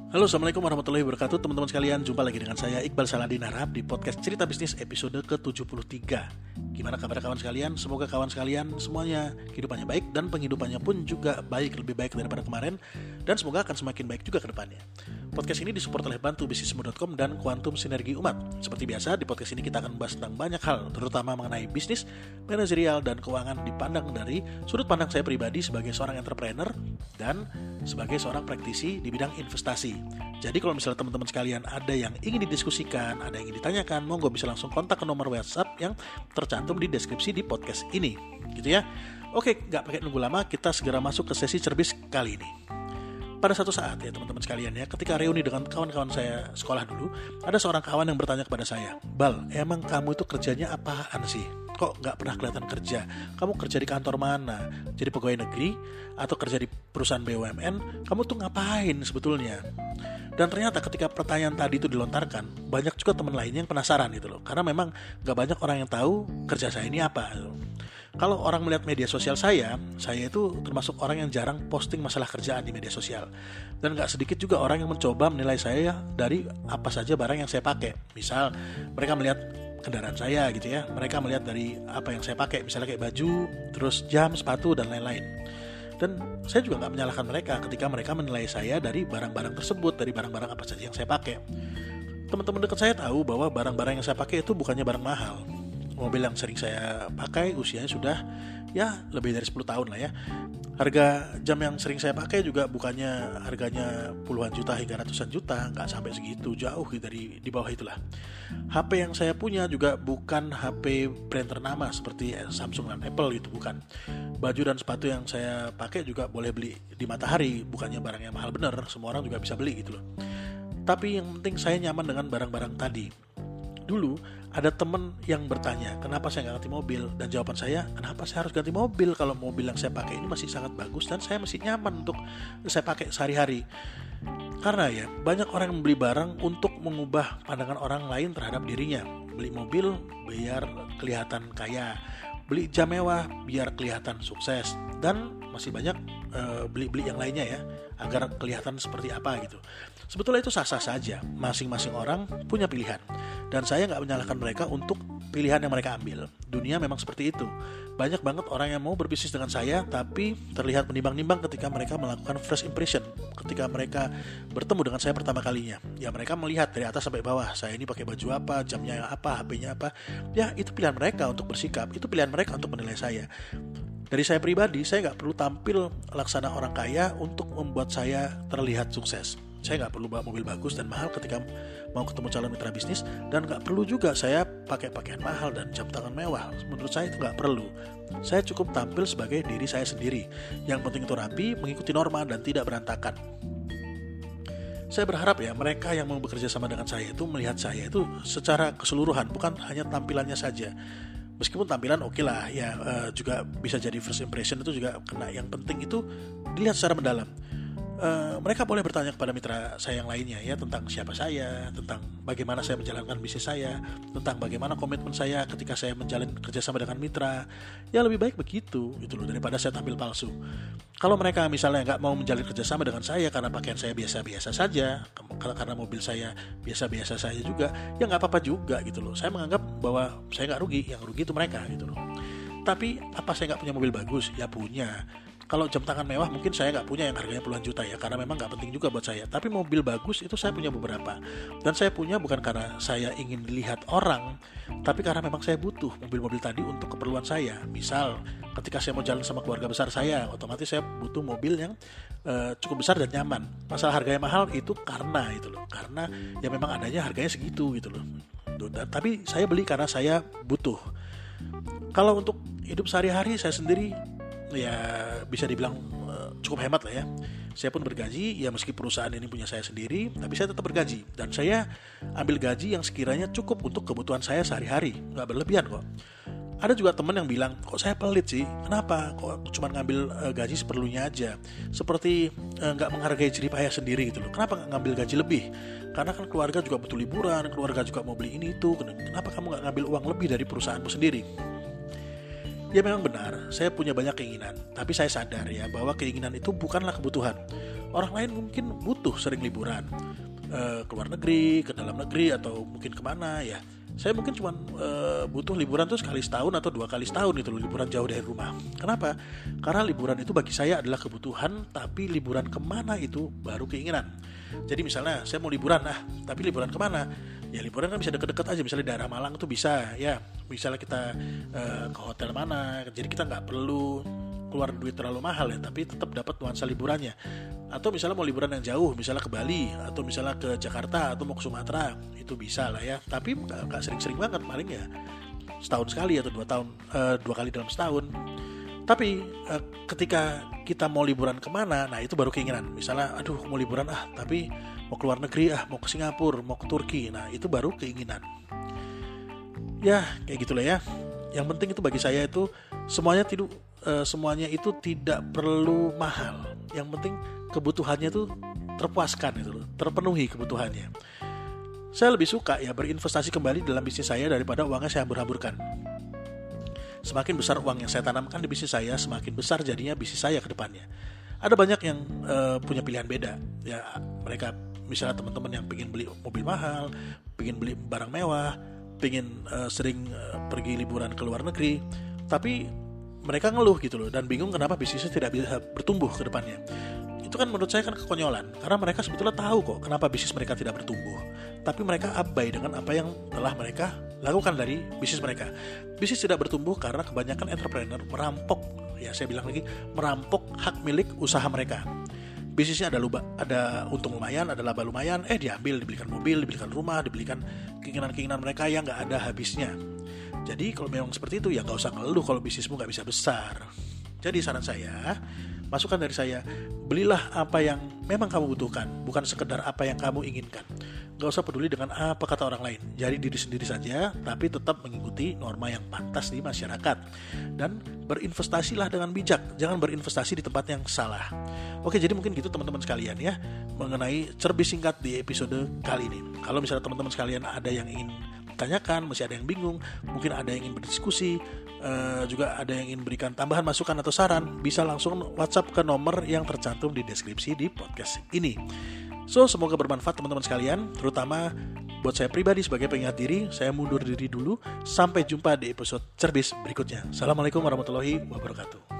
Halo, assalamualaikum warahmatullahi wabarakatuh. Teman-teman sekalian, jumpa lagi dengan saya Iqbal Saladin Harahap di podcast Cerita Bisnis episode ke-73. Gimana kabar kawan sekalian? Semoga kawan sekalian semuanya kehidupannya baik dan penghidupannya pun juga baik, lebih baik daripada kemarin, dan semoga akan semakin baik juga ke depannya. Podcast ini disupport oleh bantubisnismu.com dan Kuantum Sinergi Umat. Seperti biasa, di podcast ini kita akan membahas tentang banyak hal, terutama mengenai bisnis, manajerial, dan keuangan dipandang dari sudut pandang saya pribadi sebagai seorang entrepreneur dan sebagai seorang praktisi di bidang investasi. Jadi kalau misalnya teman-teman sekalian ada yang ingin didiskusikan, ada yang ingin ditanyakan, monggo bisa langsung kontak ke nomor WhatsApp yang tercantum di deskripsi di podcast ini, gitu ya. Oke, nggak pakai nunggu lama, kita segera masuk ke sesi cerbis kali ini. Pada satu saat ya teman-teman sekalian ya, ketika reuni dengan kawan-kawan saya sekolah dulu, ada seorang kawan yang bertanya kepada saya, "Bal, emang kamu itu kerjanya apaan sih? Kok nggak pernah kelihatan kerja? Kamu kerja di kantor mana? Jadi pegawai negeri? Atau kerja di perusahaan BUMN? Kamu tuh ngapain sebetulnya?" Dan ternyata ketika pertanyaan tadi itu dilontarkan, banyak juga teman lainnya yang penasaran gitu loh. Karena memang gak banyak orang yang tahu kerja saya ini apa gitu. Kalau orang melihat media sosial saya itu termasuk orang yang jarang posting masalah kerjaan di media sosial. Dan gak sedikit juga orang yang mencoba menilai saya dari apa saja barang yang saya pakai. Misal mereka melihat kendaraan saya gitu ya, mereka melihat dari apa yang saya pakai, misalnya kayak baju, terus jam, sepatu, dan lain-lain. Dan saya juga nggak menyalahkan mereka ketika mereka menilai saya dari barang-barang tersebut, dari barang-barang apa saja yang saya pakai. Teman-teman dekat saya tahu bahwa barang-barang yang saya pakai itu bukannya barang mahal. Mobil yang sering saya pakai usianya sudah ya lebih dari 10 tahun lah ya. Harga jam yang sering saya pakai juga bukannya harganya puluhan juta hingga ratusan juta, nggak sampai segitu, jauh dari di bawah itulah. HP yang saya punya juga bukan HP brand ternama seperti Samsung dan Apple gitu, bukan. Baju dan sepatu yang saya pakai juga boleh beli di Matahari, bukannya barang yang mahal bener, semua orang juga bisa beli gitu loh. Tapi yang penting saya nyaman dengan barang-barang tadi. Dulu ada temen yang bertanya, kenapa saya nggak ganti mobil? Dan jawaban saya, kenapa saya harus ganti mobil kalau mobil yang saya pakai ini masih sangat bagus dan saya masih nyaman untuk saya pakai sehari-hari. Karena ya banyak orang yang membeli barang untuk mengubah pandangan orang lain terhadap dirinya. Beli mobil biar kelihatan kaya, beli jam mewah biar kelihatan sukses, dan masih banyak beli-beli yang lainnya ya, agar kelihatan seperti apa gitu. Sebetulnya itu sah-sah saja, masing-masing orang punya pilihan, dan saya nggak menyalahkan mereka untuk pilihan yang mereka ambil. Dunia memang seperti itu. Banyak banget orang yang mau berbisnis dengan saya, tapi terlihat menimbang-nimbang ketika mereka melakukan first impression, ketika mereka bertemu dengan saya pertama kalinya. Ya mereka melihat dari atas sampai bawah, saya ini pakai baju apa, jamnya apa, HP-nya apa. Ya itu pilihan mereka untuk bersikap, itu pilihan mereka untuk menilai saya. Dari saya pribadi, saya nggak perlu tampil laksana orang kaya untuk membuat saya terlihat sukses. Saya nggak perlu bawa mobil bagus dan mahal ketika mau ketemu calon mitra bisnis, dan nggak perlu juga saya pakai pakaian mahal dan jam tangan mewah. Menurut saya itu nggak perlu. Saya cukup tampil sebagai diri saya sendiri. Yang penting itu rapi, mengikuti norma, dan tidak berantakan. Saya berharap ya mereka yang mau bekerja sama dengan saya itu melihat saya itu secara keseluruhan, bukan hanya tampilannya saja. Meskipun tampilan oke lah ya, juga bisa jadi first impression, itu juga kena. Yang penting itu dilihat secara mendalam. Mereka boleh bertanya kepada mitra saya yang lainnya ya, tentang siapa saya, tentang bagaimana saya menjalankan bisnis saya, tentang bagaimana komitmen saya ketika saya menjalin kerjasama dengan mitra. Ya lebih baik begitu gitu loh, daripada saya tampil palsu. Kalau mereka misalnya nggak mau menjalin kerjasama dengan saya karena pakaian saya biasa-biasa saja, karena mobil saya biasa-biasa saja juga, ya nggak apa-apa juga gitu loh. Saya menganggap bahwa saya nggak rugi, yang rugi itu mereka gitu loh. Tapi apa saya nggak punya mobil bagus? Ya punya. Kalau jam tangan mewah mungkin saya nggak punya yang harganya puluhan juta ya, karena memang nggak penting juga buat saya. Tapi mobil bagus itu saya punya beberapa. Dan saya punya bukan karena saya ingin dilihat orang, tapi karena memang saya butuh mobil-mobil tadi untuk keperluan saya. Misal ketika saya mau jalan sama keluarga besar saya, otomatis saya butuh mobil yang cukup besar dan nyaman. Masalah harganya mahal itu karena itu loh, karena ya memang adanya harganya segitu gitu loh. Tapi saya beli karena saya butuh. Kalau untuk hidup sehari-hari saya sendiri ya bisa dibilang cukup hemat lah ya. Saya pun bergaji, ya meski perusahaan ini punya saya sendiri, tapi saya tetap bergaji. Dan saya ambil gaji yang sekiranya cukup untuk kebutuhan saya sehari-hari, nggak berlebihan kok. Ada juga teman yang bilang, kok saya pelit sih? Kenapa? Kok cuma ngambil gaji seperlunya aja? Seperti nggak menghargai jerih payah sendiri gitu loh. Kenapa nggak ngambil gaji lebih? Karena kan keluarga juga butuh liburan, keluarga juga mau beli ini itu. Kenapa kamu nggak ngambil uang lebih dari perusahaanmu sendiri? Ya memang benar, saya punya banyak keinginan, tapi saya sadar ya bahwa keinginan itu bukanlah kebutuhan. Orang lain mungkin butuh sering liburan, ke luar negeri, ke dalam negeri, atau mungkin kemana ya. Saya mungkin cuma butuh liburan tuh sekali setahun atau 2 kali setahun gitu loh, liburan jauh dari rumah. Kenapa? Karena liburan itu bagi saya adalah kebutuhan, tapi liburan kemana itu baru keinginan. Jadi misalnya saya mau liburan, tapi liburan kemana? Ya liburan kan bisa deket-deket aja, misalnya daerah Malang tuh bisa, ya misalnya kita ke hotel mana, jadi kita nggak perlu keluar duit terlalu mahal ya, tapi tetap dapat nuansa liburannya. Atau misalnya mau liburan yang jauh, misalnya ke Bali, atau misalnya ke Jakarta, atau mau ke Sumatera, itu bisa lah ya. Tapi nggak sering-sering banget, paling ya setahun sekali atau 2 kali dalam setahun. Tapi ketika kita mau liburan kemana, nah itu baru keinginan. Misalnya, aduh mau liburan tapi mau ke luar negeri, mau ke Singapura, mau ke Turki, nah itu baru keinginan. Ya kayak gitulah ya. Yang penting itu bagi saya itu semuanya itu tidak perlu mahal. Yang penting kebutuhannya itu terpuaskan gitu loh, terpenuhi kebutuhannya. Saya lebih suka ya berinvestasi kembali dalam bisnis saya daripada uangnya saya hambur-hamburkan. Semakin besar uang yang saya tanamkan di bisnis saya, semakin besar jadinya bisnis saya ke depannya. Ada banyak yang punya pilihan beda. Ya mereka misalnya teman-teman yang pengen beli mobil mahal, pengen beli barang mewah, pengen sering pergi liburan ke luar negeri, tapi mereka ngeluh gitu loh dan bingung kenapa bisnisnya tidak bisa bertumbuh ke depannya. Itu kan menurut saya kan kekonyolan, karena mereka sebetulnya tahu kok kenapa bisnis mereka tidak bertumbuh, tapi mereka abai dengan apa yang telah mereka lakukan dari bisnis mereka. Bisnis tidak bertumbuh karena kebanyakan entrepreneur merampok, ya saya bilang lagi, merampok hak milik usaha mereka. Bisnisnya ada untung lumayan, ada laba lumayan, diambil, dibelikan mobil, dibelikan rumah, dibelikan keinginan-keinginan mereka yang gak ada habisnya. Jadi kalau memang seperti itu ya gak usah ngeluh kalau bisnismu gak bisa besar. Jadi saran saya, masukan dari saya, belilah apa yang memang kamu butuhkan, bukan sekedar apa yang kamu inginkan. Gak usah peduli dengan apa kata orang lain. Jadi diri sendiri saja, tapi tetap mengikuti norma yang pantas di masyarakat. Dan berinvestasilah dengan bijak, jangan berinvestasi di tempat yang salah. Oke, jadi mungkin gitu teman-teman sekalian ya, mengenai cerbis singkat di episode kali ini. Kalau misalnya teman-teman sekalian ada yang ingin tanyakan, masih ada yang bingung, mungkin ada yang ingin berdiskusi, juga ada yang ingin berikan tambahan masukan atau saran, bisa langsung WhatsApp ke nomor yang tercantum di deskripsi di podcast ini. So, semoga bermanfaat teman-teman sekalian, terutama buat saya pribadi sebagai pengingat diri. Saya mundur diri dulu, sampai jumpa di episode cerbis berikutnya. Assalamualaikum warahmatullahi wabarakatuh.